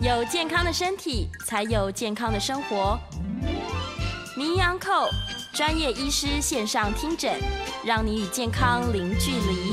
有健康的身体，才有健康的生活。名医安扣专业医师线上听诊，让你与健康零距离。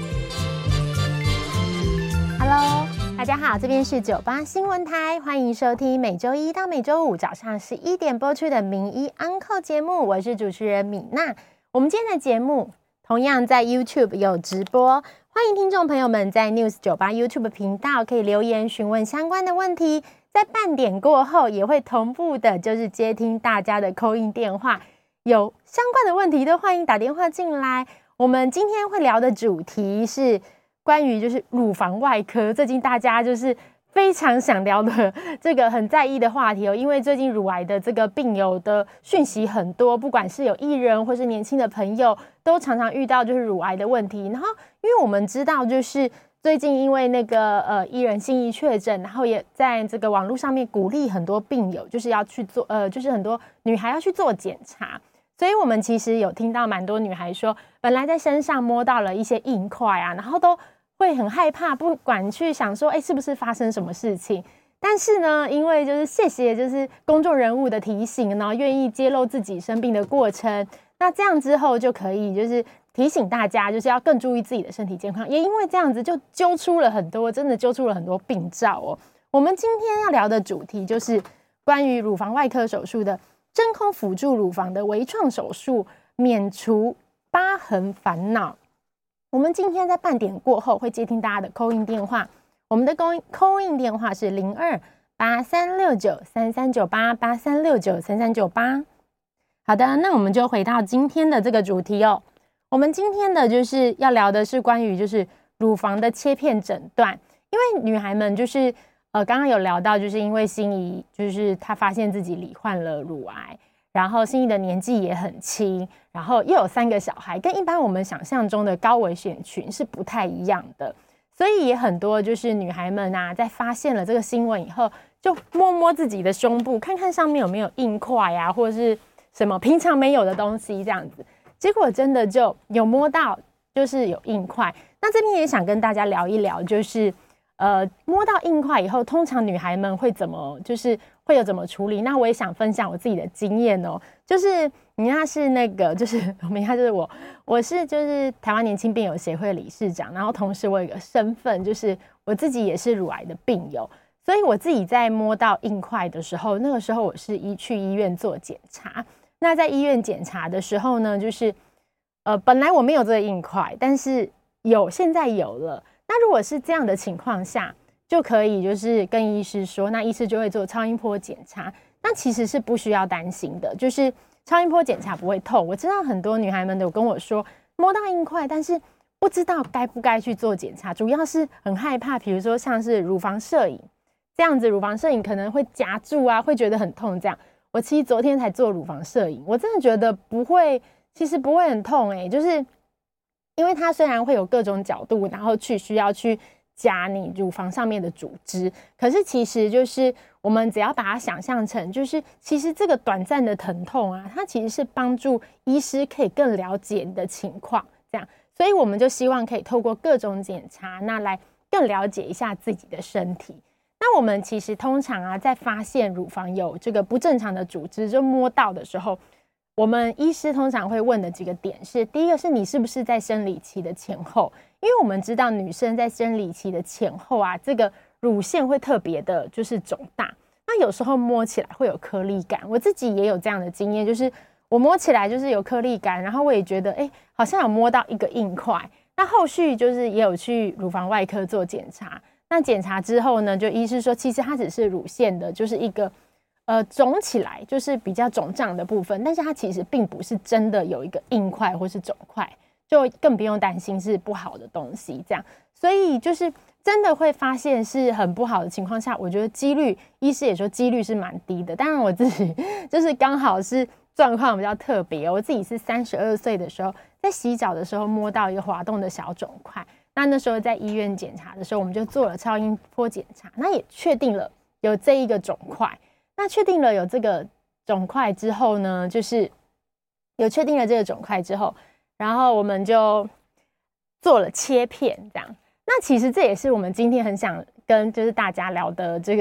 Hello， 大家好，这边是98新闻台，欢迎收听每周一到每周五早上11点播出的名医安扣节目，我是主持人米娜。我们今天的节目同样在 YouTube 有直播。欢迎听众朋友们在 News 98 YouTube 频道可以留言询问相关的问题，在半点过后也会同步的就是接听大家的 call in 电话，有相关的问题都欢迎打电话进来。我们今天会聊的主题是关于就是乳房外科，最近大家就是非常想聊的这个很在意的话题哦，因为最近乳癌的这个病友的讯息很多，不管是有艺人或是年轻的朋友，都常常遇到就是乳癌的问题。然后因为我们知道就是最近因为那个艺人心仪确诊，然后也在这个网络上面鼓励很多病友就是要去做就是很多女孩要去做检查，所以我们其实有听到蛮多女孩说，本来在身上摸到了一些硬块啊，然后都会很害怕，不管去想说是不是发生什么事情。但是呢，因为就是谢谢就是公众人物的提醒，然后愿意揭露自己生病的过程，那这样之后就可以就是提醒大家就是要更注意自己的身体健康，也因为这样子就揪出了很多，真的揪出了很多病灶哦。我们今天要聊的主题就是关于乳房外科手术的真空辅助乳房的微创手术，免除疤痕烦恼。我们今天在半点过后会接听大家的 call in 电话，我们的 call in 电话是0283693398 83693398。好的，那我们就回到今天的这个主题哦。我们今天的就是要聊的是关于就是乳房的切片诊断，因为女孩们就是刚刚有聊到，就是因为心仪就是她发现自己罹患了乳癌，然后心仪的年纪也很轻，然后又有3个小孩，跟一般我们想象中的高危险群是不太一样的，所以也很多就是女孩们啊，在发现了这个新闻以后，就摸摸自己的胸部，看看上面有没有硬块啊，或者是什么平常没有的东西这样子，结果真的就有摸到，就是有硬块。那这边也想跟大家聊一聊，就是摸到硬块以后，通常女孩们会怎么就是会有怎么处理？那我也想分享我自己的经验哦，就是你那是那个就是我是就是台湾年轻病友协会理事长，然后同时我有一个身份就是我自己也是乳癌的病友，所以我自己在摸到硬块的时候，那个时候我是去医院做检查。那在医院检查的时候呢，就是本来我没有这个硬块，但是现在有了。那如果是这样的情况下，就可以就是跟医师说，那医师就会做超音波检查。那其实是不需要担心的，就是超音波检查不会痛。我知道很多女孩们都跟我说摸到硬块，但是不知道该不该去做检查，主要是很害怕，比如说像是乳房摄影这样子，乳房摄影可能会夹住啊，会觉得很痛这样。我其实昨天才做乳房摄影，我真的觉得其实不会很痛就是因为它虽然会有各种角度，然后需要去夹你乳房上面的组织，可是其实就是我们只要把它想象成，就是其实这个短暂的疼痛啊，它其实是帮助医师可以更了解你的情况，这样，所以我们就希望可以透过各种检查，那来更了解一下自己的身体。那我们其实通常啊，在发现乳房有这个不正常的组织，就摸到的时候，我们医师通常会问的几个点是，第一个是你是不是在生理期的前后，因为我们知道女生在生理期的前后啊，这个乳腺会特别的就是肿大，那有时候摸起来会有颗粒感，我自己也有这样的经验，就是我摸起来就是有颗粒感，然后我也觉得好像有摸到一个硬块，那后续就是也有去乳房外科做检查。那检查之后呢，就医师说其实它只是乳腺的就是一个肿起来，就是比较肿胀的部分，但是它其实并不是真的有一个硬块或是肿块，就更不用担心是不好的东西这样。所以就是真的会发现是很不好的情况下，我觉得医师也说几率是蛮低的。当然我自己就是刚好是状况比较特别，我自己是32岁的时候在洗澡的时候摸到一个滑动的小肿块，那时候在医院检查的时候，我们就做了超音波检查，那也确定了有这一个肿块。那确定了有这个肿块之后呢，就是有确定了这个肿块之后，然后我们就做了切片这样。那其实这也是我们今天很想跟就是大家聊的这个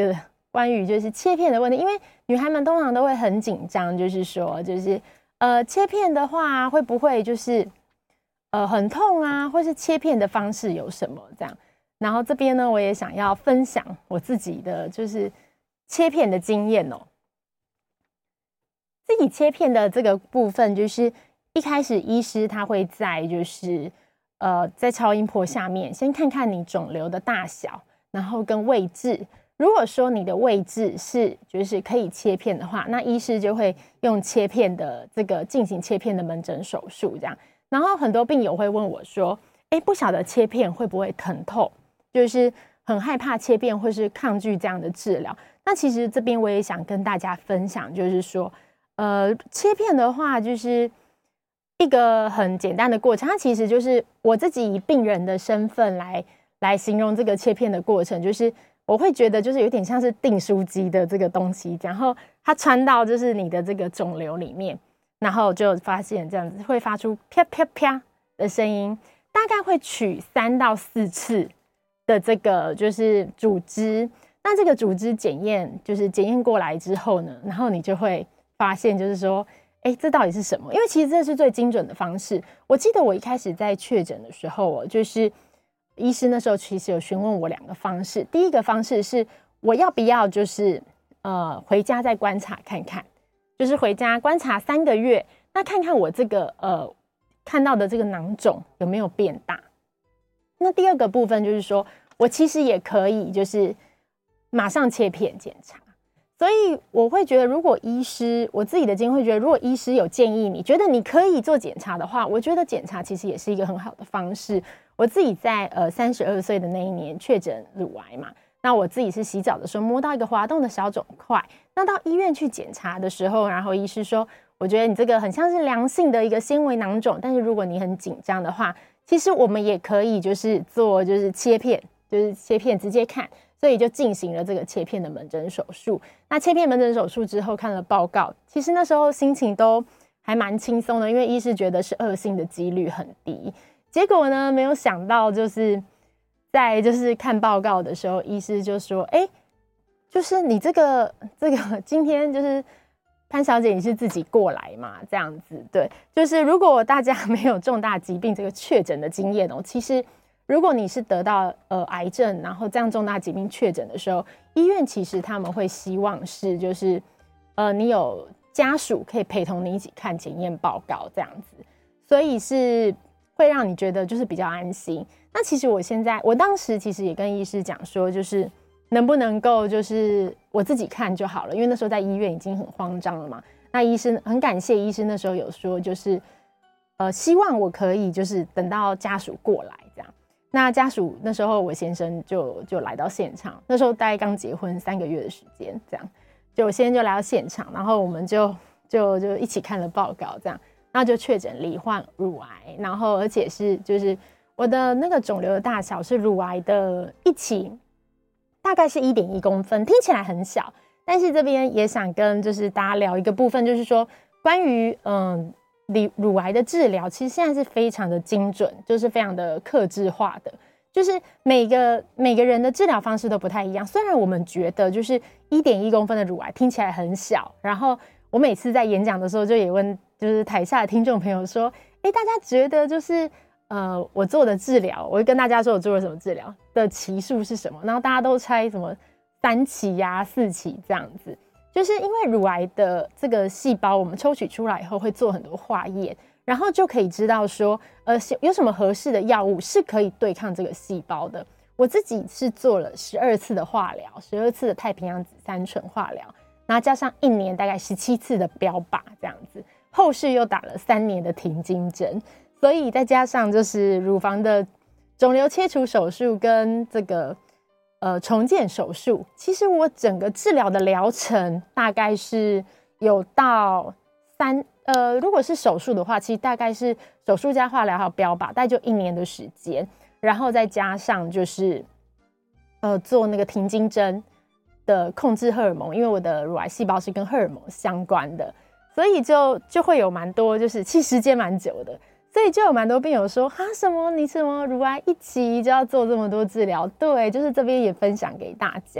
关于就是切片的问题，因为女孩们通常都会很紧张，就是说就是切片的话会不会就是很痛啊，或是切片的方式有什么这样。然后这边呢，我也想要分享我自己的就是切片的经验哦。自己切片的这个部分，就是一开始医师他会在就是在超音波下面先看看你肿瘤的大小，然后跟位置。如果说你的位置是就是可以切片的话，那医师就会用切片的这个进行切片的门诊手术这样。然后很多病友会问我说，不晓得切片会不会疼痛，就是很害怕切片或是抗拒这样的治疗。那其实这边我也想跟大家分享，就是说切片的话就是一个很简单的过程，它其实就是我自己以病人的身份来形容这个切片的过程，就是我会觉得就是有点像是订书机的这个东西，然后它穿到就是你的这个肿瘤里面，然后就发现这样子会发出啪啪啪的声音，大概会取3到4次的这个就是组织。那这个组织检验就是检验过来之后呢，然后你就会发现就是说这到底是什么？因为其实这是最精准的方式。我记得我一开始在确诊的时候，就是医师那时候其实有询问我2个方式。第一个方式是我要不要就是回家再观察看看，就是回家观察3个月，那看看我这个看到的这个囊肿有没有变大。那第二个部分就是说我其实也可以就是马上切片检查。所以我会觉得，如果医师，我自己的经验会觉得，如果医师有建议你觉得你可以做检查的话，我觉得检查其实也是一个很好的方式。我自己在32岁的那一年确诊乳癌嘛，那我自己是洗澡的时候摸到一个滑动的小肿块，那到医院去检查的时候，然后医师说，我觉得你这个很像是良性的一个纤维囊肿，但是如果你很紧张的话，其实我们也可以就是做就是切片，就是切片直接看。所以就进行了这个切片的门诊手术。那切片门诊手术之后看了报告，其实那时候心情都还蛮轻松的，因为医师觉得是恶性的几率很低。结果呢，没有想到就是在就是看报告的时候，医师就说：“就是你这个今天就是潘小姐你是自己过来嘛？这样子对，就是如果大家没有重大疾病这个确诊的经验其实。”如果你是得到癌症，然后这样重大疾病确诊的时候，医院其实他们会希望是就是你有家属可以陪同你一起看检验报告这样子，所以是会让你觉得就是比较安心。那其实我当时其实也跟医师讲说，就是能不能够就是我自己看就好了，因为那时候在医院已经很慌张了嘛。那医生很感谢医生那时候有说就是希望我可以就是等到家属过来这样。那家属那时候我先生就来到现场，那时候大概刚结婚3个月的时间，这样就我先生就来到现场，然后我们就一起看了报告，这样，然后就确诊罹患乳癌，然后而且是就是我的那个肿瘤的大小是乳癌的1期，大概是1.1公分，听起来很小，但是这边也想跟就是大家聊一个部分，就是说关于乳癌的治疗其实现在是非常的精准，就是非常的客制化的，就是每个人的治疗方式都不太一样。虽然我们觉得就是1.1公分的乳癌听起来很小，然后我每次在演讲的时候就也问就是台下的听众朋友说，大家觉得就是我做的治疗，我会跟大家说我做了什么治疗的期数是什么，然后大家都猜什么3期呀、4期这样子。就是因为乳癌的这个细胞，我们抽取出来以后会做很多化验，然后就可以知道说，有什么合适的药物是可以对抗这个细胞的。我自己是做了12次的化疗，12次的太平洋紫杉醇化疗，然后加上1年大概17次的标靶这样子，后续又打了3年的停经针，所以再加上就是乳房的肿瘤切除手术跟这个重建手术，其实我整个治疗的疗程大概是有到如果是手术的话，其实大概是手术加化疗还有标靶，大概就1年的时间，然后再加上就是做那个停经针的控制荷尔蒙，因为我的乳癌细胞是跟荷尔蒙相关的，所以就会有蛮多，就是其实时间蛮久的。所以就有蛮多病友说，你什么乳癌1期就要做这么多治疗？对，就是这边也分享给大家。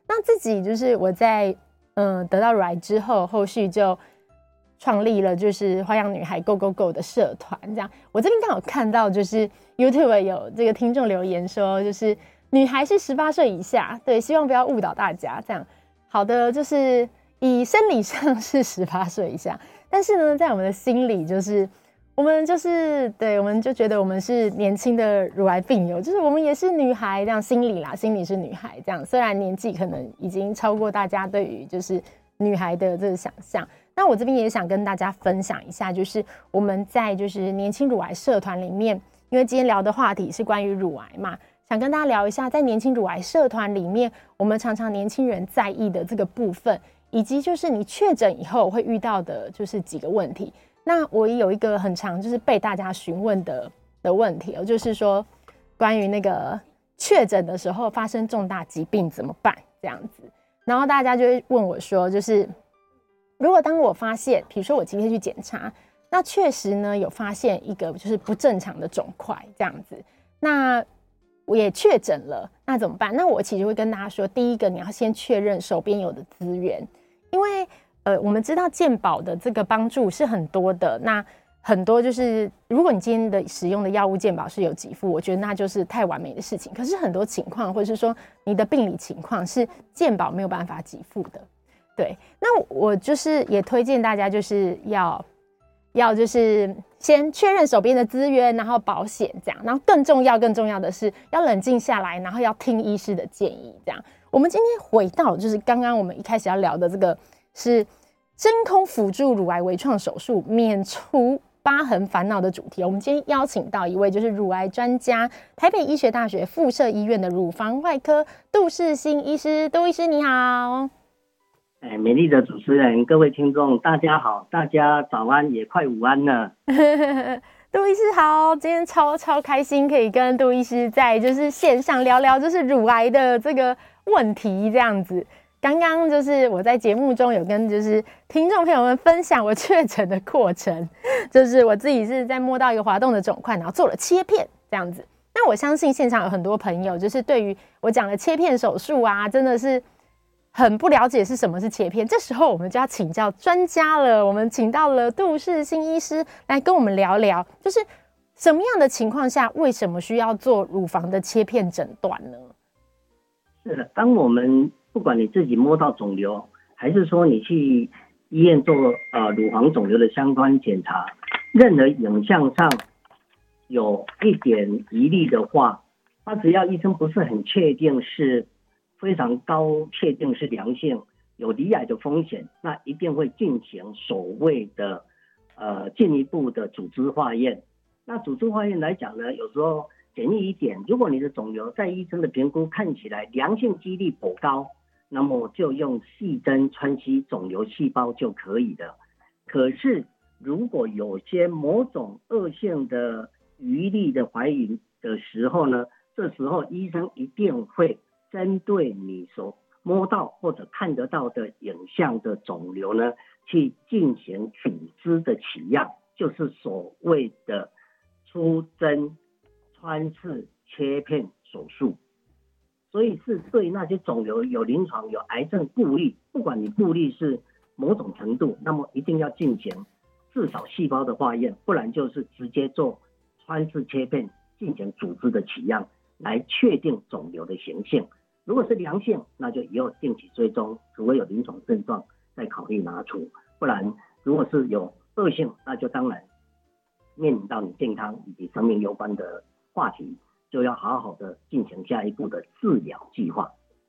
那自己就是我在得到乳癌之后，后续就创立了就是花样女孩 Go Go Go 的社团，这样。我这边刚好看到就是 YouTube 有这个听众留言说，就是女孩是18岁以下，对，希望不要误导大家这样。好的，就是以生理上是18岁以下，但是呢，在我们的心里就是我们就是对，我们就觉得我们是年轻的乳癌病友，就是我们也是女孩这样，心里啦，心里是女孩这样。虽然年纪可能已经超过大家对于就是女孩的这个想象，那我这边也想跟大家分享一下，就是我们在就是年轻乳癌社团里面，因为今天聊的话题是关于乳癌嘛，想跟大家聊一下，在年轻乳癌社团里面，我们常常年轻人在意的这个部分，以及就是你确诊以后会遇到的就是几个问题。那我也有一个很常就是被大家询问的问题，就是说关于那个确诊的时候发生重大疾病怎么办这样子，然后大家就会问我说，就是如果当我发现，比如说我今天去检查，那确实呢有发现一个就是不正常的肿块这样子，那我也确诊了，那怎么办？那我其实会跟大家说，第一个你要先确认手边有的资源，因为我们知道健保的这个帮助是很多的，那很多就是如果你今天的使用的药物健保是有给付，我觉得那就是太完美的事情。可是很多情况，或者是说你的病理情况是健保没有办法给付的，对。那我就是也推荐大家就是要就是先确认手边的资源，然后保险这样，然后更重要的是要冷静下来，然后要听医师的建议这样。我们今天回到就是刚刚我们一开始要聊的这个是真空辅助乳癌微创手术免除疤痕烦恼的主题。我们今天邀请到一位就是乳癌专家，台北医学大学附设医院的乳房外科杜世新医师。杜医师你好。 美丽的主持人，各位听众大家好，大家早安也快午安了。 杜医师好，今天超开心可以跟杜医师在就是线上聊聊就是乳癌的这个问题这样子。刚刚就是我在节目中有跟就是听众朋友们分享我确诊的过程，就是我自己是在摸到一个滑动的肿块，然后做了切片这样子。那我相信现场有很多朋友就是对于我讲的切片手术啊，真的是很不了解是什么是切片。这时候我们就要请教专家了，我们请到了杜世新医师来跟我们聊聊，就是什么样的情况下为什么需要做乳房的切片诊断呢？ 是的，当我们不管你自己摸到肿瘤，还是说你去医院做乳房肿瘤的相关检查，任何影像上有一点疑虑的话，那只要医生不是很确定是非常高确定是良性，有罹癌的风险，那一定会进行所谓的进一步的组织化验。那组织化验来讲呢，有时候简易一点，如果你的肿瘤在医生的评估看起来良性几率颇高，那么就用细针穿吸肿瘤细胞就可以了。可是如果有些某种恶性的余力的怀疑的时候呢，这时候医生一定会针对你所摸到或者看得到的影像的肿瘤呢，去进行组织的取样，就是所谓的出针穿刺切片手术。所以是对那些肿瘤有临床有癌症顾虑，不管你顾虑是某种程度，那么一定要进行至少细胞的化验，不然就是直接做穿刺切片进行组织的取样来确定肿瘤的形性。如果是良性，那就以后定期追踪，除非有临床症状再考虑拿除，不然如果是有恶性，那就当然面临到你健康以及生命攸关的话题，就要好好的进行下一步的治疗计划。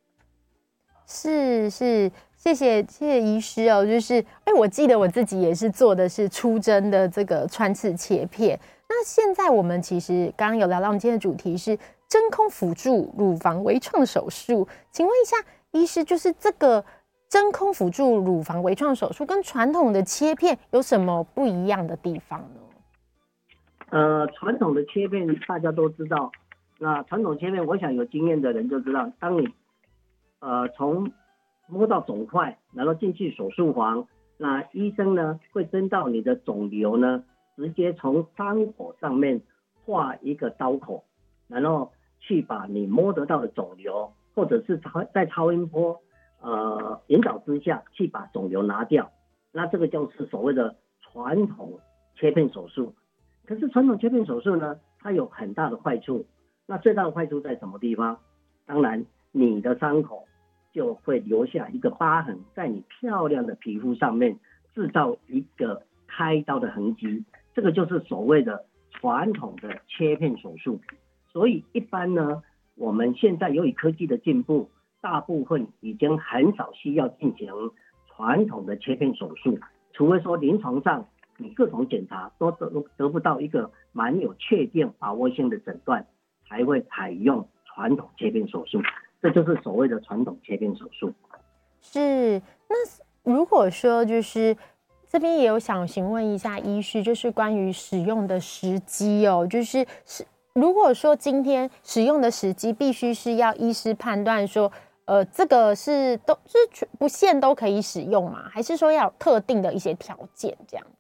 是，谢谢医师哦。就是我记得我自己也是做的是出针的这个穿刺切片。那现在我们其实刚刚有聊到，我们今天的主题是真空辅助乳房微创手术，请问一下医师，就是这个真空辅助乳房微创手术跟传统的切片有什么不一样的地方呢？ 传统的切片大家都知道，那传统切片我想有经验的人就知道，当你从摸到肿块，然后进去手术房，那医生呢会针到你的肿瘤呢，直接从伤口上面画一个刀口，然后去把你摸得到的肿瘤，或者是在超音波引导之下去把肿瘤拿掉，那这个就是所谓的传统切片手术。可是传统切片手术呢，它有很大的坏处。那最大的坏处在什么地方？当然，你的伤口就会留下一个疤痕，在你漂亮的皮肤上面制造一个开刀的痕迹，这个就是所谓的传统的切片手术。所以一般呢，我们现在由于科技的进步，大部分已经很少需要进行传统的切片手术，除非说临床上你各种检查都得不到一个蛮有确定把握性的诊断，才会采用传统切片手术。这就是所谓的传统切片手术。 是，那如果说就是这边也有想询问一下医师，就是关于使用的时机哦，就是如果说今天使用的时机必须是要医师判断说，这个是不限都可以使用吗？还是说要有特定的一些条件这样？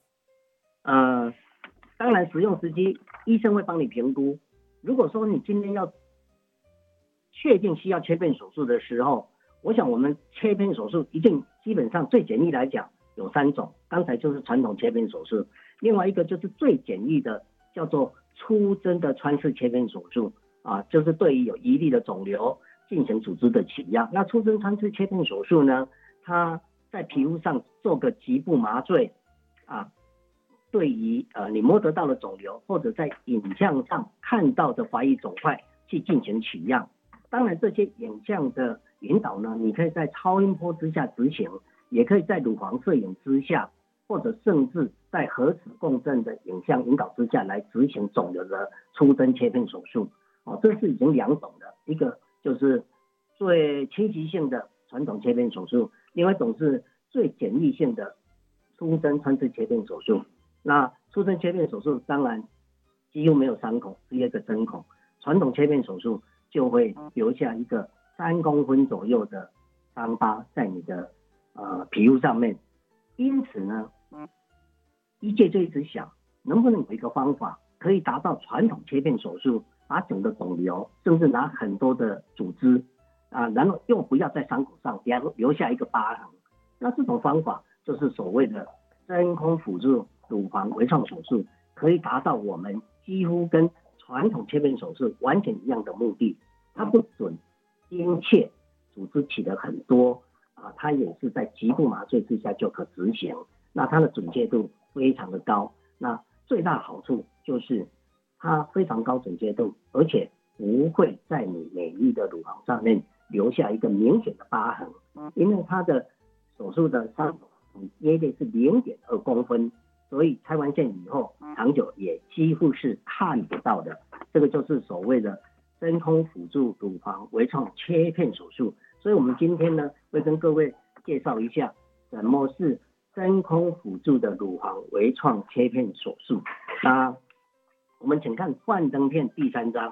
当然使用时机医生会帮你评估。如果说你今天要确定需要切片手术的时候，我想我们切片手术一定基本上最简易来讲有3种，刚才就是传统切片手术，另外一个就是最简易的叫做粗针的穿刺切片手术啊，就是对于有疑虑的肿瘤进行组织的取样。那粗针穿刺切片手术呢，它在皮肤上做个局部麻醉啊，对于你摸得到的肿瘤或者在影像上看到的怀疑肿块去进行取样。当然这些影像的引导呢，你可以在超音波之下执行，也可以在乳房摄影之下，或者甚至在核磁共振的影像引导之下来执行肿瘤的粗针切片手术。这是已经2种的，一个就是最轻急性的传统切片手术，另外一种是最简易性的粗针穿刺切片手术。那粗针切片手术当然几乎没有伤口，只有一个针孔，传统切片手术就会留下一个3公分左右的伤疤在你的皮肤上面。因此呢，医界就一直想能不能有一个方法可以达到传统切片手术，把整个肿瘤甚至拿很多的组织然后又不要在伤口上留下一个疤痕。那这种方法就是所谓的真空辅助乳房微创手术，可以达到我们几乎跟传统切片手术完全一样的目的。它不准精确，组织起得很多它也是在局部麻醉之下就可执行，那它的准确度非常的高。那最大好处就是它非常高准确度，而且不会在你美丽的乳房上面留下一个明显的疤痕，因为它的手术的伤口约略是0.2公分，所以拆完线以后长久也几乎是看不到的。这个就是所谓的真空辅助乳房微创切片手术。所以我们今天呢会跟各位介绍一下什么是真空辅助的乳房微创切片手术。那我们请看幻灯片第3张。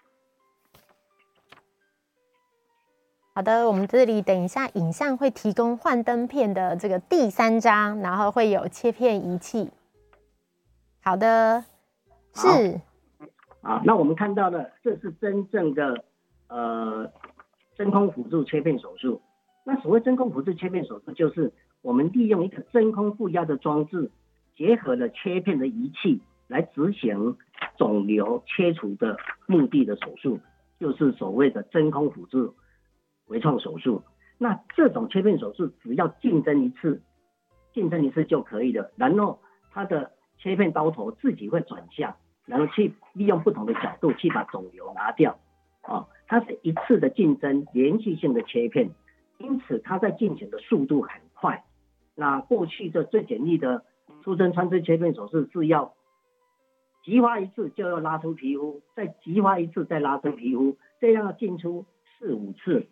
好的，我们这里等一下影像会提供幻灯片的这个第3张，然后会有切片仪器。好的，是。 那我们看到的这是真正的真空辅助切片手术。那所谓真空辅助切片手术，就是我们利用一个真空负压的装置，结合了切片的仪器来执行肿瘤切除的目的的手术，就是所谓的真空辅助微创手术。那这种切片手术只要竞争一次就可以了，然后它的切片刀头自己会转向，然后去利用不同的角度去把肿瘤拿掉它是一次的竞争连续性的切片，因此它在进行的速度很快。那过去的最简易的粗针穿刺切片手术是要激发一次就要拉出皮肤，再激发一次再拉出皮肤，这样要进出4-5次，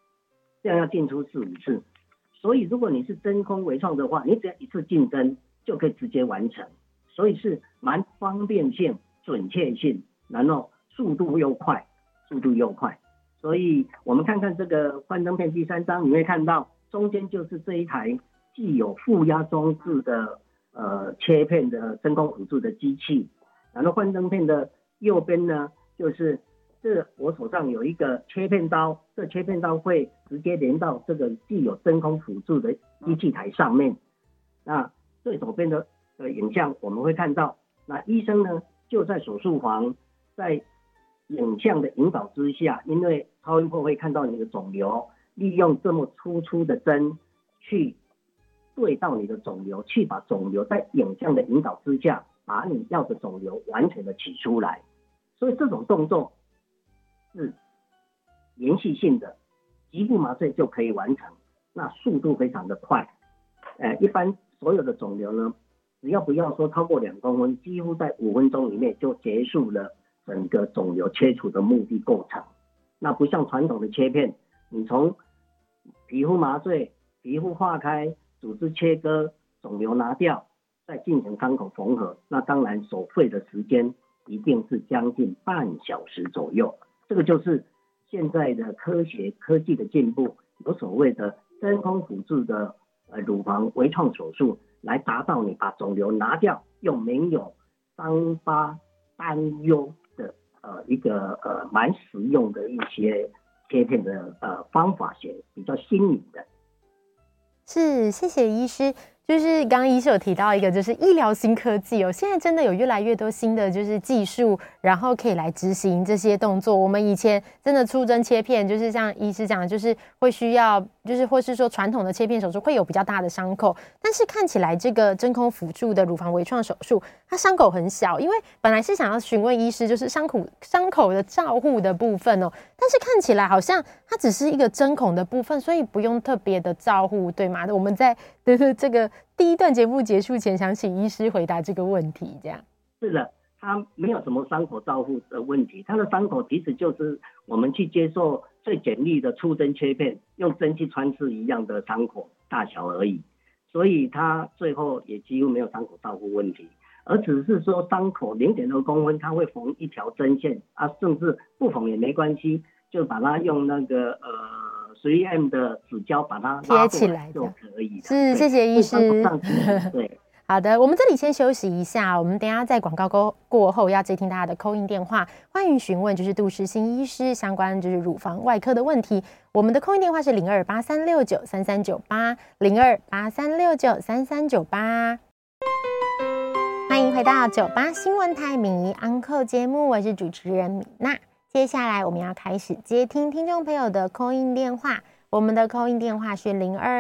所以如果你是真空微创的话，你只要一次竞争就可以直接完成，所以是蛮方便性、准确性，然后速度又快。所以我们看看这个幻灯片第3张，你会看到中间就是这一台既有负压装置的切片的真空辅助的机器，然后幻灯片的右边呢就是这我手上有一个切片刀，这切片刀会直接连到这个具有真空辅助的机器台上面。那最左边的影像我们会看到，那医生呢就在手术房，在影像的引导之下，因为超音波会看到你的肿瘤，利用这么粗的针去对到你的肿瘤，去把肿瘤在影像的引导之下，把你要的肿瘤完全的取出来。所以这种动作是连续性的，局部麻醉就可以完成，那速度非常的快。一般所有的肿瘤呢，只要不要说超过2公分，几乎在5分钟里面就结束了整个肿瘤切除的目的过程。那不像传统的切片，你从皮肤麻醉、皮肤化开、组织切割、肿瘤拿掉，再进行伤口缝合，那当然所费的时间一定是将近半小时左右。这个就是现在的科技的进步，有所谓的真空辅助的乳房微创手术，来达到你把肿瘤拿掉又没有伤疤担忧的一个蛮实用的一些切片的方法，比较新颖的。 是，谢谢医师。就是刚刚医师有提到一个，就是医疗新科技哦，现在真的有越来越多新的就是技术，然后可以来执行这些动作。我们以前真的出针切片，就是像医师讲的，就是会需要，就是或是说传统的切片手术会有比较大的伤口，但是看起来这个真空辅助的乳房微创手术，它伤口很小。因为本来是想要询问医师，就是伤口的照护的部分哦，但是看起来好像它只是一个针孔的部分，所以不用特别的照护，对吗？我们在这个第一段节目结束前，想请医师回答这个问题。这样是的，它没有什么伤口照护的问题，它的伤口其实就是我们去接受最简易的出针切片，用针去穿刺一样的伤口大小而已，所以它最后也几乎没有伤口照护问题，而只是说伤口0.2公分，它会缝一条针线啊，甚至不缝也没关系，就把它用那个3M 的纸胶把它贴起来就可以了。 是，谢谢医师。 对， 好的，我们这里先休息一下，我们等一下在广告过后要接听大家的 call in 电话，欢迎询问就是杜诗欣医师相关就是乳房外科的问题。我们的 call in 电话是0283693398，0283693398。欢迎回到98新闻台名医安扣节目，我是主持人米娜。接下来我们要开始接听听众朋友的 call in 电话，我们的 call in 电话是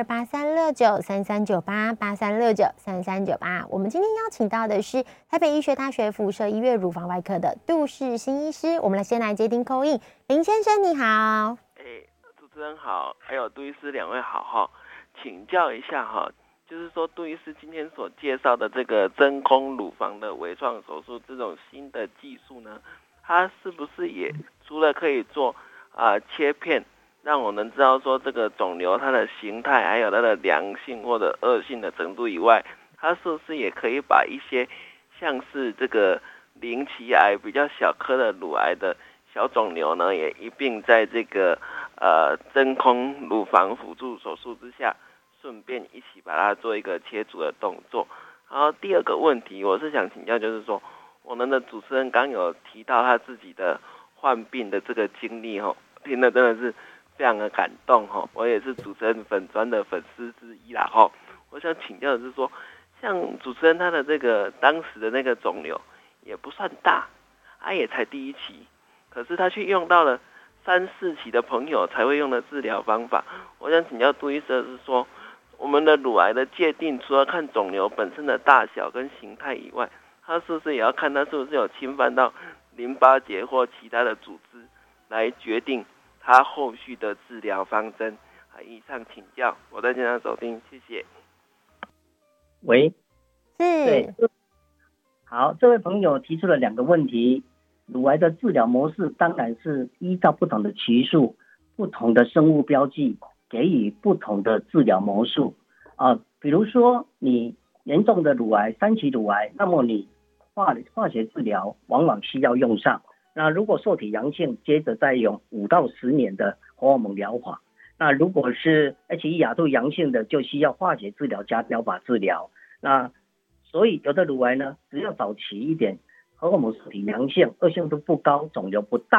0283693398，83693398。我们今天邀请到的是台北医学大学附设医院乳房外科的杜诗欣医师，我们先来接听 call in。林先生你好。 主持人好，还有杜医师两位好哈，请教一下哈，就是说杜医师今天所介绍的这个真空乳房的微创手术这种新的技术呢，它是不是也除了可以做切片，让我能知道说这个肿瘤它的形态还有它的良性或者恶性的程度以外，它是不是也可以把一些像是这个鳞期癌比较小颗的乳癌的小肿瘤呢，也一并在这个真空乳房辅助手术之下，顺便一起把它做一个切除的动作。然后第二个问题，我是想请教，就是说我们的主持人刚有提到他自己的患病的这个经历哈，听得真的是非常的感动哈，我也是主持人粉专的粉丝之一啦哈。我想请教的是说，像主持人他的这个当时的那个肿瘤也不算大，也才第一期，可是他却用到了3、4期的朋友才会用的治疗方法。我想请教杜医师是说，我们的乳癌的界定除了看肿瘤本身的大小跟形态以外，它是不是也要看它是不是有侵犯到淋巴结或其他的组织，来决定它后续的治疗方针？以上请教，我在现场收听，谢谢。 喂， 对， 好，这位朋友提出了2个问题。乳癌的治疗模式当然是依照不同的期数、不同的生物标记，给予不同的治疗模式比如说你严重的乳癌3期乳癌，那么你化学治疗往往需要用上。那如果受体阳性，接着再用5到10年的荷尔蒙疗法。那如果是 HE-R2 阳性的，就需要化学治疗加标靶治疗。那所以有的乳癌呢，只要早期一点，荷尔蒙受体阳性，恶性度不高，肿瘤不大，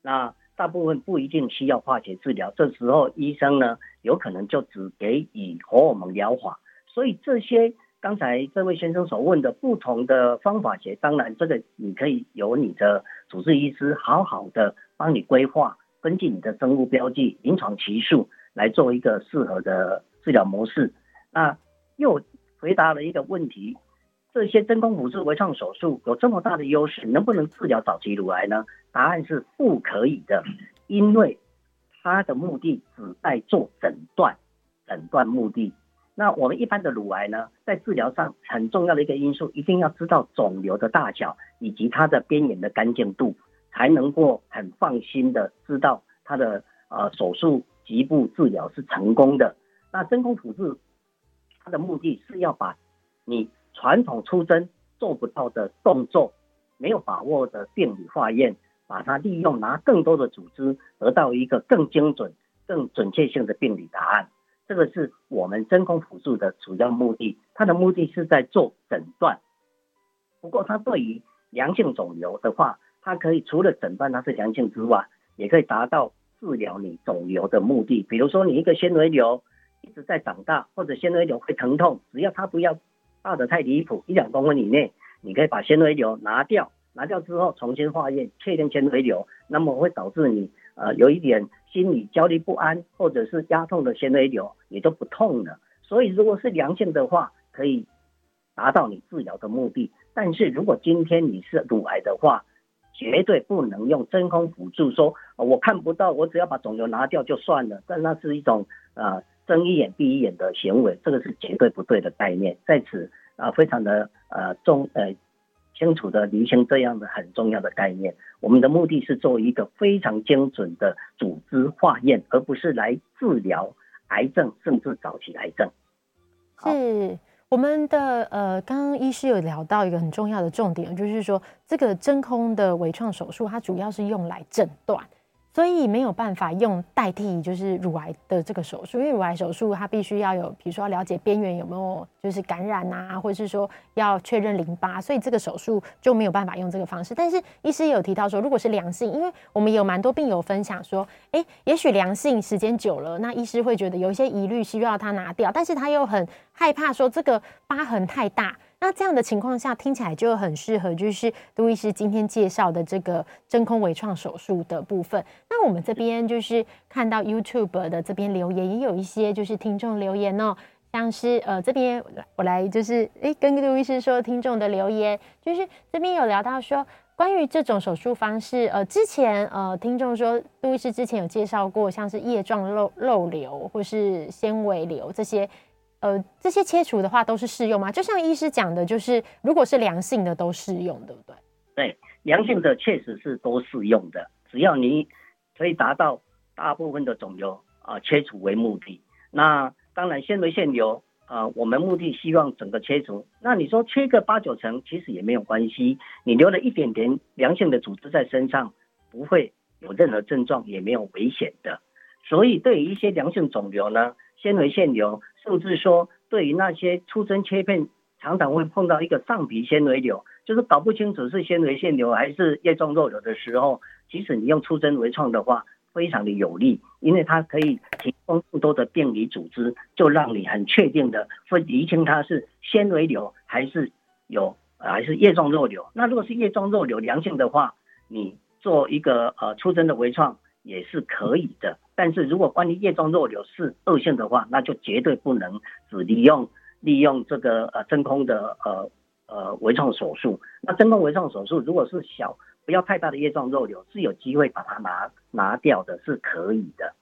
那大部分不一定需要化学治疗，这时候医生呢有可能就只给予荷尔蒙疗法。所以这些刚才这位先生所问的不同的方法学，当然这个你可以由你的主治医师好好的帮你规划，根据你的生物标记、临床期数来做一个适合的治疗模式。那又回答了一个问题，这些真空辅助微创手术有这么大的优势，能不能治疗早期乳癌呢？答案是不可以的，因为它的目的只在做诊断目的。那我们一般的乳癌呢，在治疗上很重要的一个因素，一定要知道肿瘤的大小以及它的边缘的干净度，才能够很放心的知道它的手术局部治疗是成功的。那真空辅助它的目的是要把你传统出针做不到的动作，没有把握的病理化验，把它利用拿更多的组织，得到一个更精准、更准确性的病理答案。这个是我们真空辅助的主要目的，它的目的是在做诊断。不过它对于良性肿瘤的话，它可以除了诊断它是良性之外，也可以达到治疗你肿瘤的目的。比如说你一个纤维瘤一直在长大，或者纤维瘤会疼痛，只要它不要大的太离谱，1-2公分以内，你可以把纤维瘤拿掉之后重新化验，确定纤维瘤，那么会导致你有一点心理焦虑不安，或者是压痛的纤维瘤也都不痛了。所以如果是良性的话，可以达到你治疗的目的。但是如果今天你是乳癌的话，绝对不能用真空辅助说我看不到，我只要把肿瘤拿掉就算了，但那是一种睁一眼闭一眼的行为，这个是绝对不对的概念。在此非常的清楚的厘清这样的很重要的概念。我们的目的是做一个非常精准的组织化验，而不是来治疗癌症，甚至早期癌症。 是我们的刚刚医师有聊到一个很重要的重点，就是说这个真空的微创手术，它主要是用来诊断。所以没有办法用代替就是乳癌的这个手术，因为乳癌手术它必须要有，比如说要了解边缘有没有就是感染啊，或者是说要确认淋巴，所以这个手术就没有办法用这个方式。但是医师也有提到说，如果是良性，因为我们有蛮多病友分享说，也许良性时间久了，那医师会觉得有一些疑虑需要他拿掉，但是他又很害怕说这个疤痕太大。那这样的情况下，听起来就很适合，就是杜医师今天介绍的这个真空微创手术的部分。那我们这边就是看到 YouTube 的这边留言，也有一些就是听众留言哦，像是这边我来就是跟杜医师说听众的留言，就是这边有聊到说关于这种手术方式，之前听众说杜医师之前有介绍过，像是叶状肉瘤或是纤维瘤这些切除的话都是适用吗？就像医师讲的，就是如果是良性的都适用，对不对？ 对，良性的确实是都适用的，只要你可以达到大部分的肿瘤切除为目的。那当然纤维腺瘤我们目的希望整个切除，那你说切个8-9成其实也没有关系，你留了一点点良性的组织在身上，不会有任何症状，也没有危险的。所以对于一些良性肿瘤呢，纤维腺瘤，甚至说对于那些出针切片常常会碰到一个上皮纤维瘤，就是搞不清楚是纤维腺瘤还是叶状肉瘤的时候，即使你用出针微创的话非常的有利，因为它可以提供更多的病理组织，就让你很确定的厘清它是纤维瘤还是叶状肉瘤。那如果是叶状肉瘤良性的话，你做一个出针的微创也是可以的。但是如果关于叶状肉瘤是恶性的话，那就绝对不能只利用这个真空的微创手术。那真空微创手术如果是小不要太大的叶状肉瘤，是有机会把它拿掉的，是可以的。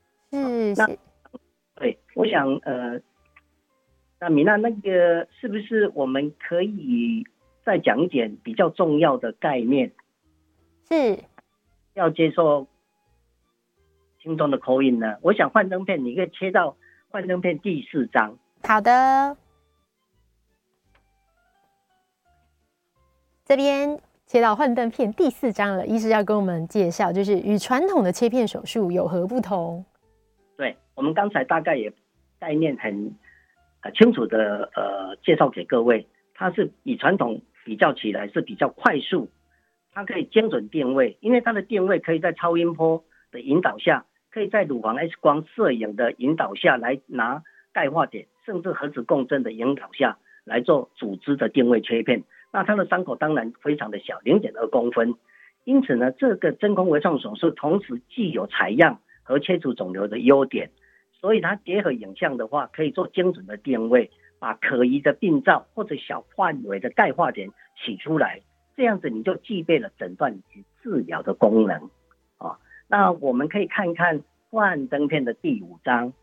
对，我想那米娜那个是不是我们可以再讲一点比较重要的概念？ 是要接受听众的call in呢？我想幻灯片你可以切到幻灯片第4章。 好的，这边切到幻灯片第4章了，医师要跟我们介绍，就是与传统的切片手术有何不同？ 对，我们刚才大概也概念很清楚的介绍给各位，它是与传统比较起来是比较快速， 它可以精准定位，因为它的定位可以在超音波的引导下，可以在乳房 X 光摄影的引导下来拿钙化点，甚至核磁共振的引导下来做组织的定位切片。那它的伤口当然非常的小，0.2公分。因此呢，这个真空微创手术同时既有采样和切除肿瘤的优点，所以它结合影像的话，可以做精准的定位，把可疑的病灶或者小范围的钙化点取出来，这样子你就具备了诊断以及治疗的功能啊。那我们可以看看幻灯片的第5章。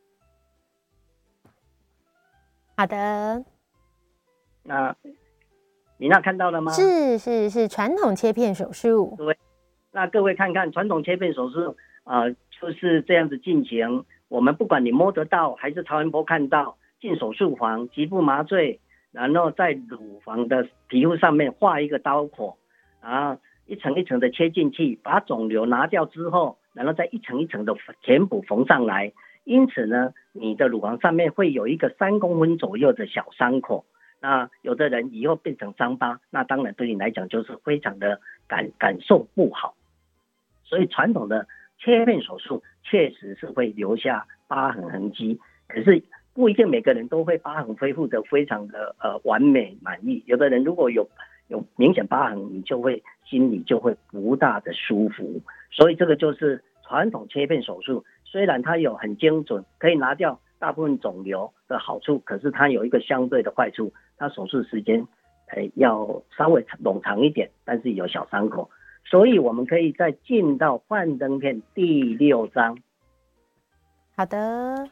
好的。 那米娜看到了吗？ 是传统切片手术。 对，那各位看看传统切片手术就是这样子进行。我们不管你摸得到还是超音波看到，进手术房，局部麻醉，然后在乳房的皮肤上面画一个刀口，然后一层一层的切进去，把肿瘤拿掉之后，然后再一层一层的填补缝上来。因此呢，你的乳房上面会有一个3公分左右的小伤口。那有的人以后变成伤疤，那当然对你来讲就是非常的感受不好。所以传统的切片手术确实是会留下疤痕痕迹，可是不一定每个人都会疤痕恢复的非常的完美满意。有的人如果有明显疤痕，你就会心里就会不大的舒服。所以这个就是传统切片手术，虽然它有很精准，可以拿掉大部分肿瘤的好处，可是它有一个相对的坏处，它手术时间要稍微冗长一点，但是有小伤口。所以我们可以再进到幻灯片第6章。 好的，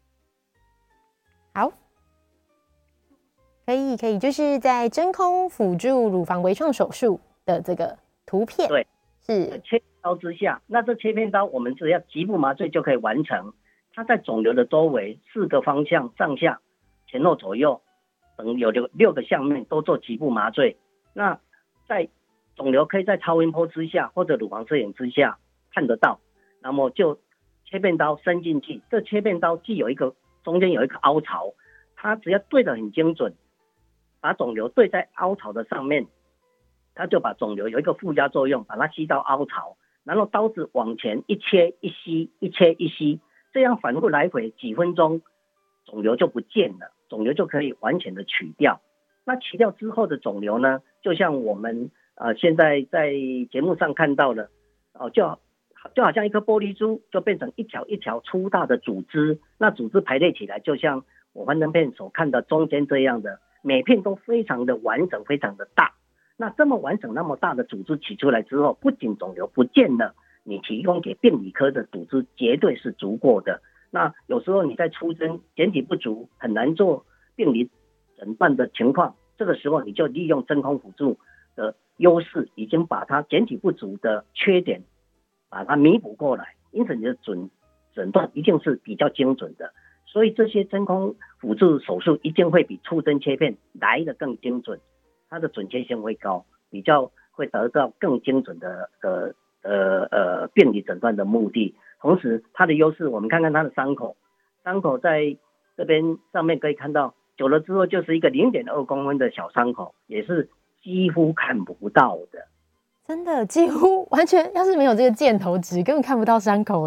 好，可以，就是在真空辅助乳房微创手术的这个图片。 对， 是切刀之下，那这切片刀我们只要局部麻醉就可以完成。它在肿瘤的周围4个方向上下前后左右等有6个项面都做局部麻醉。那在肿瘤可以在超音波之下或者乳房摄影之下看得到，那么就切片刀伸进去，这切片刀中间有一个凹槽，它只要对得很精准，把肿瘤对在凹槽的上面，它就把肿瘤有一个附加作用，把它吸到凹槽，然后刀子往前一切一吸，一切一吸，这样反复来回几分钟，肿瘤就不见了，肿瘤就可以完全的取掉。那取掉之后的肿瘤呢，就像我们现在在节目上看到的，就好像一颗玻璃珠，就变成一条一条粗大的组织。那组织排列起来，就像我幻灯片所看的中间这样的，每片都非常的完整，非常的大。那这么完整那么大的组织取出来之后，不仅肿瘤不见了，你提供给病理科的组织绝对是足够的。那有时候你在出针检体不足，很难做病理诊断的情况，这个时候你就利用真空辅助的优势，已经把它检体不足的缺点把它弥补过来，因此你的诊断一定是比较精准的。所以这些真空辅助手术一定会比触针切片来得更精准，它的准确性会高，比较会得到更精准的病理诊断的目的。同时它的优势，我们看看它的伤口在这边上面可以看到，久了之后就是一个0.2公分的小伤口，也是几乎看不到的。 真的几乎完全，要是没有这个箭头指，根本看不到伤口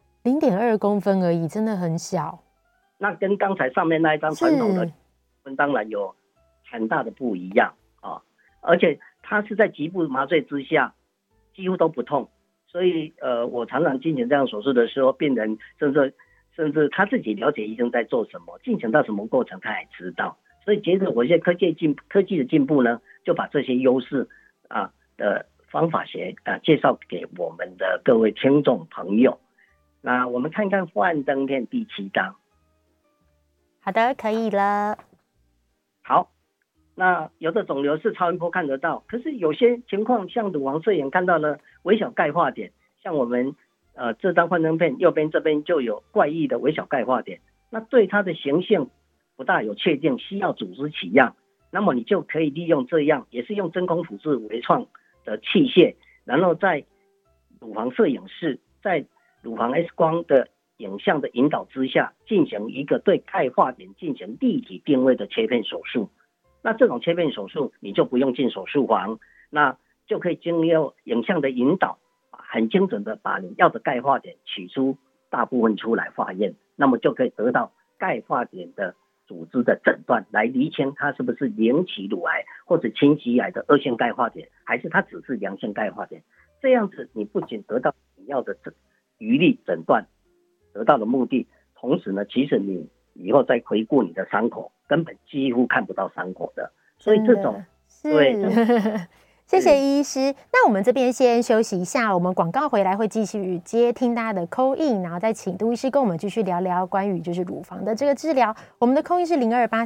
0.2公分而已，真的很小。 那跟刚才上面那一张传统的当然有很大的不一样啊，而且它是在局部麻醉之下几乎都不痛。所以我常常进行这样手术的时候，病人甚至他自己了解医生在做什么，进行到什么过程他也知道。所以接着我现在科技的进步呢，就把这些优势的方法学介绍给我们的各位听众朋友。那我们看看幻灯片第7章。 好的，可以了。 好，那有的肿瘤是超音波看得到，可是有些情况像乳房摄影看到了微小钙化点，像我们这张幻灯片右边这边就有怪异的微小钙化点，那对它的形性不大有确定，需要组织取样，那么你就可以利用这样，也是用真空辅助微创的器械，然后在乳房摄影室，在乳房 X 光的影像的引导之下，进行一个对钙化点进行立体定位的切片手术。那这种切片手术你就不用进手术房，那就可以经由影像的引导，很精准的把你要的钙化点取出大部分出来化验，那么就可以得到钙化点的组织的诊断，来厘清它是不是零期乳癌或者轻期癌的恶性钙化点，还是它只是良性钙化点。这样子你不仅得到你要的余力诊断，得到的目的，同时呢，其实你以后再回顾你的伤口，根本几乎看不到伤口的。所以这种对。 谢谢医师。那我们这边先休息一下，我们广告回来会继续接听大家的 call in， 然后再请杜医师跟我们继续聊聊关于就是乳房的这个治疗。我们的 call in 是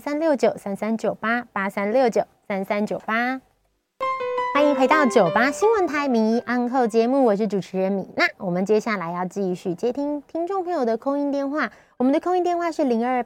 028369339883698398。欢迎回到98新闻台名医安扣节目，我是主持人米娜。我们接下来要继续接听听众朋友的call in电话，我们的call in电话是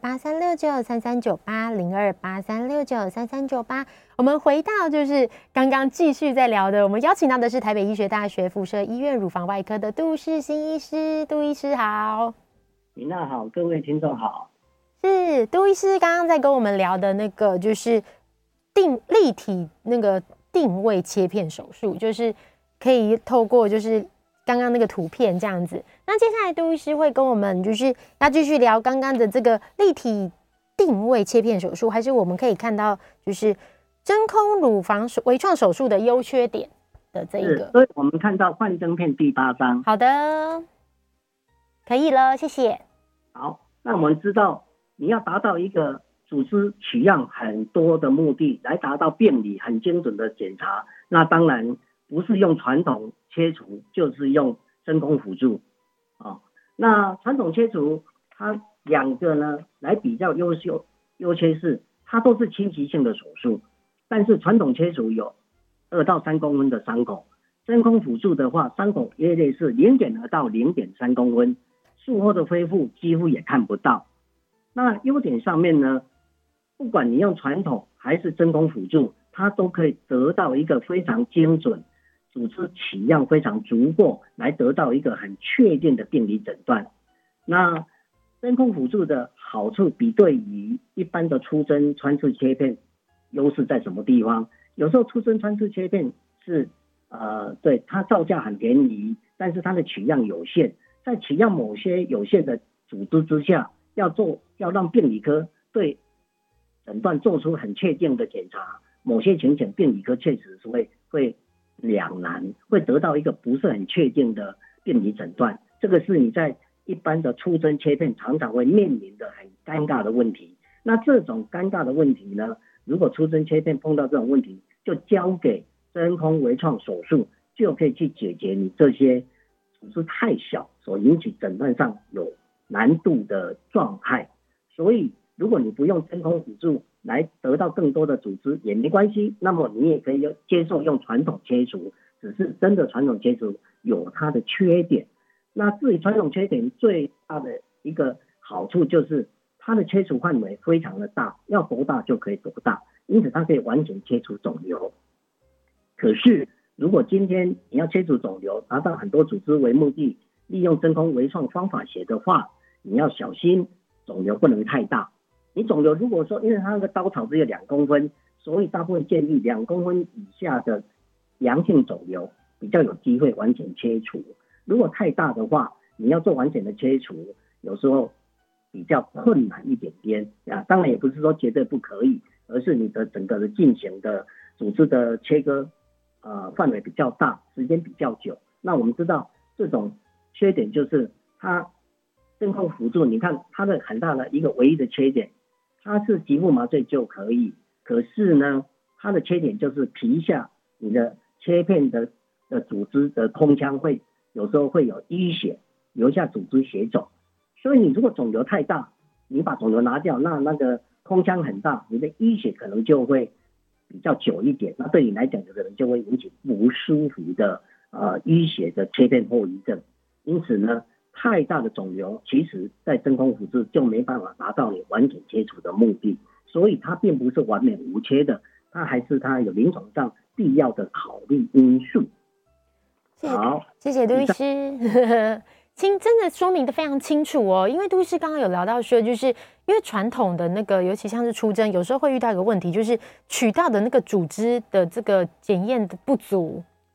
0283693398，0283693398。我们回到就是刚刚继续在聊的，我们邀请到的是台北医学大学附设医院乳房外科的杜世新医师。杜医师好。 米娜好，各位听众好。 是杜医师刚刚在跟我们聊的那个就是立体那个定位切片手术，就是可以透过就是刚刚那个图片这样子。那接下来杜医师会跟我们就是要继续聊刚刚的这个立体定位切片手术，还是我们可以看到就是真空乳房微创手术的优缺点的这一个。 所以我们看到幻灯片第8章。 好的，可以了，谢谢。 好，那我们知道你要达到一个组织取样很多的目的，来达到病理很精准的检查，那当然不是用传统切除，就是用真空辅助那传统切除它两个呢来比较优缺是，它都是侵袭性的手术，但是传统切除有2到3公分的伤口，真空辅助的话，伤口约略是0.2到0.3公分，术后的恢复几乎也看不到。那优点上面呢，不管你用传统还是真空辅助，它都可以得到一个非常精准，组织取样非常足够，来得到一个很确定的病理诊断。那真空辅助的好处比对于一般的出针穿刺切片优势在什么地方？有时候出针穿刺切片是对它造价很便宜，但是它的取样有限，在取样某些有限的组织之下，要让病理科对诊断做出很确定的检查，某些情形病理科确实是会两难，会得到一个不是很确定的病理诊断。这个是你在一般的出针切片常常会面临的很尴尬的问题。那这种尴尬的问题呢，如果出针切片碰到这种问题，就交给真空微创手术，就可以去解决你这些组织太小所引起诊断上有难度的状态。所以如果你不用真空辅助来得到更多的组织也没关系，那么你也可以接受用传统切除，只是真的传统切除有它的缺点。那至于传统缺点最大的一个好处就是它的切除范围非常的大，要多大就可以多大，因此它可以完全切除肿瘤。可是如果今天你要切除肿瘤达到很多组织为目的，利用真空微创方法学的话，你要小心肿瘤不能太大。你肿瘤如果说因为它那个刀槽只有2公分，所以大部分建议2公分以下的良性肿瘤比较有机会完全切除。如果太大的话，你要做完全的切除有时候比较困难一点点当然也不是说绝对不可以，而是你的整个的进行的组织的切割范围比较大，时间比较久。那我们知道这种缺点就是它真空辅助，你看它的很大的一个唯一的缺点，它是局部麻醉就可以，可是呢它的缺点就是皮下你的切片的组织的空腔会有时候会有淤血，留下组织血肿。所以你如果肿瘤太大，你把肿瘤拿掉，那个空腔很大，你的淤血可能就会比较久一点，那对你来讲有可能就会引起不舒服的淤血的切片后遗症。因此呢，太大的肿瘤其实在真空辅助就没办法达到你完全切除的目的，所以它并不是完美无缺的，它还是它有临床上必要的考虑因素。好， 谢谢杜医师。真的说明的非常清楚哦。因为杜医师刚刚有聊到说，就是因为传统的那个，尤其像是出针，有时候会遇到一个问题，就是取到的那个组织的这个检验的不足，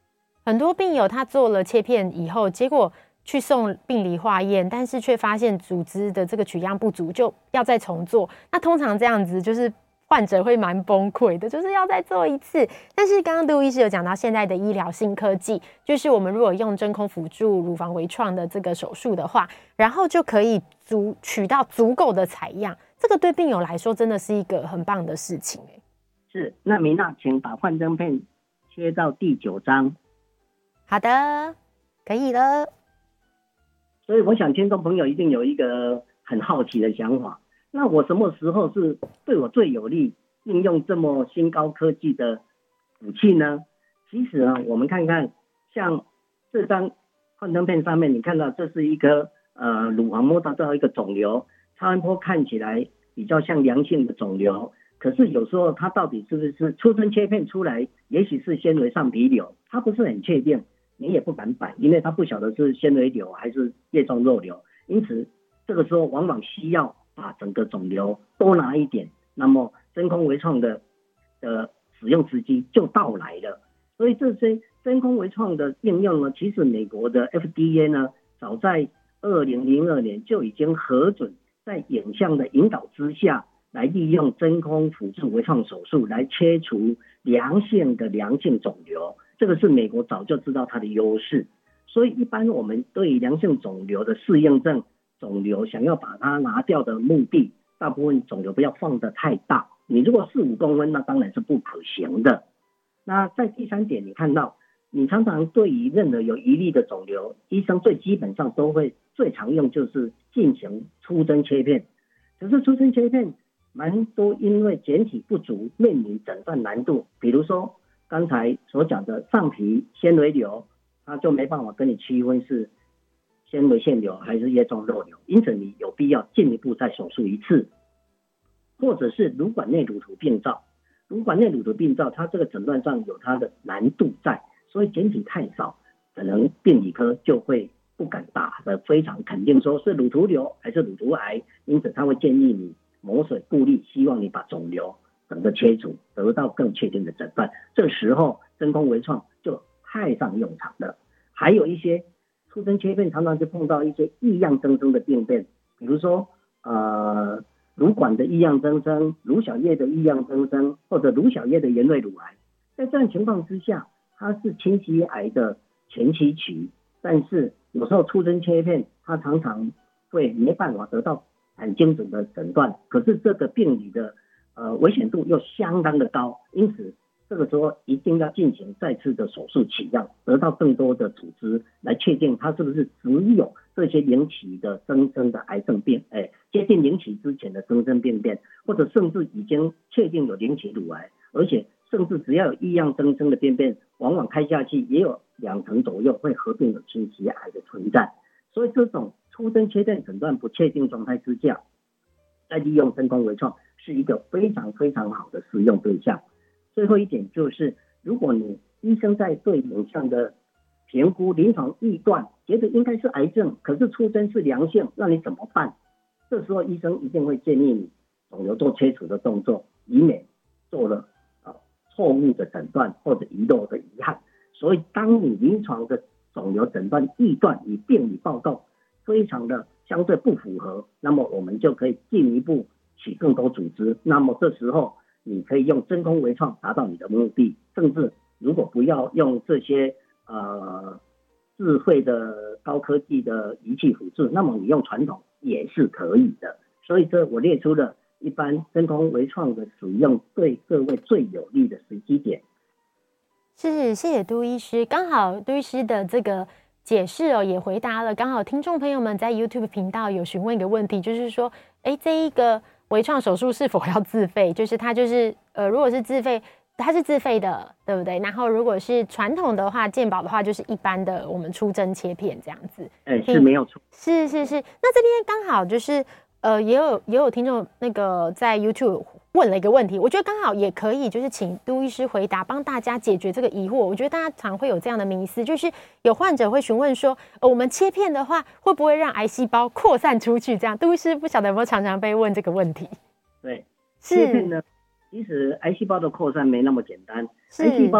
很多病友他做了切片以后，结果去送病理化验，但是却发现组织的这个取样不足，就要再重做。那通常这样子就是患者会蛮崩溃的，就是要再做一次。但是刚刚杜医师有讲到现在的医疗新科技，就是我们如果用真空辅助乳房微创的这个手术的话，然后就可以取到足够的采样，这个对病友来说真的是一个很棒的事情。 是，那米娜，请把幻灯片切到第9章。 好的，可以了。 所以我想听众朋友一定有一个很好奇的想法，那我什么时候是对我最有利应用这么新高科技的武器呢？其实呢，我们看看像这张幻灯片上面，你看到这是一个乳房摸到一个肿瘤，超音波看起来比较像良性的肿瘤，可是有时候它到底是不是出生切片出来，也许是纤维上皮瘤，它不是很确定，你也不敢摆，因为它不晓得是纤维瘤还是叶状肉瘤，因此这个时候往往需要把整个肿瘤多拿一点，那么真空微创的使用时机就到来了。所以这些真空微创的应用呢，其实美国的 FDA 呢，早在2002年就已经核准，在影像的引导之下，来利用真空辅助微创手术来切除良性肿瘤，这个是美国早就知道它的优势。所以一般我们对于良性肿瘤的适应症肿瘤想要把它拿掉的目的，大部分肿瘤不要放得太大，你如果4-5公分，那当然是不可行的。那在第3点，你看到你常常对于任何有疑虑的肿瘤，医生最基本上都会最常用就是进行出针切片，可是出针切片蛮多因为检体不足面临诊断难度，比如说刚才所讲的上皮纤维瘤，它就没办法跟你区分是纤维腺瘤还是叶状肉瘤，因此你有必要进一步再手术一次。或者是乳管内乳头病灶，乳管内乳头病灶它这个诊断上有它的难度在，所以检体太少，可能病理科就会不敢打得非常肯定说是乳头瘤还是乳头癌，因此他会建议你磨水固粒，希望你把肿瘤整个切除，得到更确定的诊断。这时候真空微创就派上用场了。还有一些出针切片常常就碰到一些异样增生的病变，比如说乳管的异样增生、乳小叶的异样增生，或者乳小叶的原位乳癌。在这样情况之下，它是侵袭癌的前期期，但是有时候出针切片它常常会没办法得到很精准的诊断，可是这个病理的危险度又相当的高，因此这个时候一定要进行再次的手术取样，得到更多的组织来确定它是不是只有这些零期的增生的癌症病，接近零期之前的增生病变，或者甚至已经确定有零期乳癌，而且甚至只要有异样增生的病变，往往开下去也有2成左右会合并有侵袭癌的存在。所以这种出针切片诊断不确定状态之下，再利用真空微创是一个非常非常好的使用对象。最后一点就是，如果你医生在对影像的评估临床臆断，觉得应该是癌症，可是出针是良性，那你怎么办？这时候医生一定会建议你肿瘤做切除的动作，以免做了错误的诊断或者遗漏的遗憾。所以当你临床的肿瘤诊断臆断与病理报告非常的相对不符合，那么我们就可以进一步取更多组织，那么这时候你可以用真空微创达到你的目的，甚至如果不要用这些智慧的高科技的仪器辅助，那么你用传统也是可以的。所以这我列出了一般真空微创的使用对各位最有利的时机点。 是，谢谢杜医师。刚好杜医师的这个解释也回答了刚好听众朋友们在 YouTube 频道有询问一个问题，就是说这一个微创手术是否要自费？就是它就是如果是自费，它是自费的，对不对？然后如果是传统的话，健保的话就是一般的我们出针切片这样子。 是没有错。是。 那这边刚好就是也有听众那个在 YouTube 问了一个问题，我觉得刚好也可以就是请杜医师回答，帮大家解决这个疑惑。我觉得大家常会有这样的迷思，就是有患者会询问说我们切片的话会不会让癌细胞扩散出去？这样杜医师不晓得有没有常常被问这个问题。 对，切片呢其实癌细胞的扩散没那么简单，癌细胞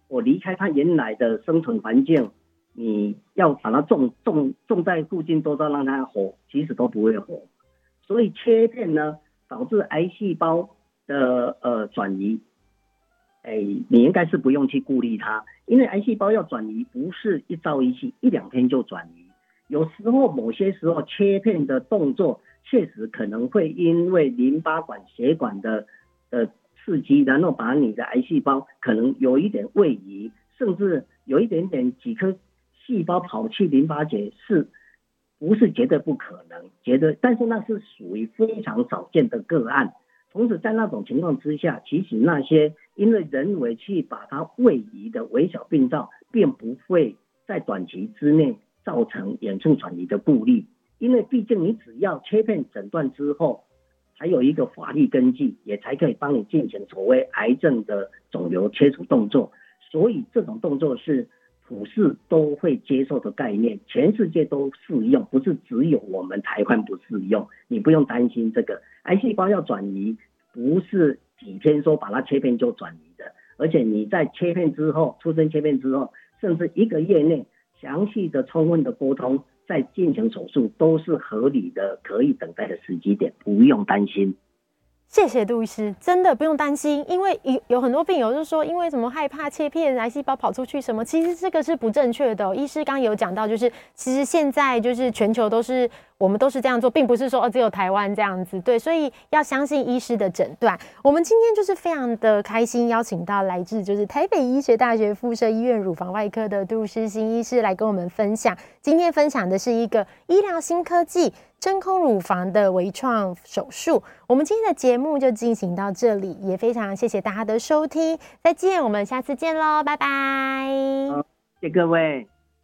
我离开它原来的生存环境，你要把它种在附近周遭让它活，其实都不会活。所以切片呢，导致癌细胞的转移，你应该是不用去顾虑它，因为癌细胞要转移不是一朝一夕1-2天就转移，有时候某些时候切片的动作确实可能会因为淋巴管血管的刺激，然后把你的癌细胞可能有一点位移，甚至有一点点几颗细胞跑去淋巴结，是不是绝对不可能？但是那是属于非常少见的个案。同时在那种情况之下，其实那些因为人为去把它位移的微小病灶，并不会在短期之内造成远处转移的顾虑，因为毕竟你只要切片诊断之后，还有一个法律根据，也才可以帮你进行所谓癌症的肿瘤切除动作。所以这种动作是普世都会接受的概念，全世界都适用，不是只有我们台湾不适用。你不用担心这个癌细胞要转移，不是几天说把它切片就转移的，而且你在切片之后，出生切片之后，甚至1个月内详细的充分的沟通，再进行手术，都是合理的，可以等待的时机点，不用担心。 谢谢杜医师，真的不用担心，因为有很多病友就说，因为什么害怕切片癌细胞跑出去什么，其实这个是不正确的。医师刚刚有讲到，就是其实现在就是全球我们都是这样做，并不是说只有台湾这样子，对，所以要相信医师的诊断。我们今天就是非常的开心，邀请到来自就是台北医学大学附设医院乳房外科的杜诗欣医师来跟我们分享。今天分享的是一个医疗新科技真空乳房的微创手术。我们今天的节目就进行到这里，也非常谢谢大家的收听，再见，我们下次见咯，拜拜。 好，谢谢各位。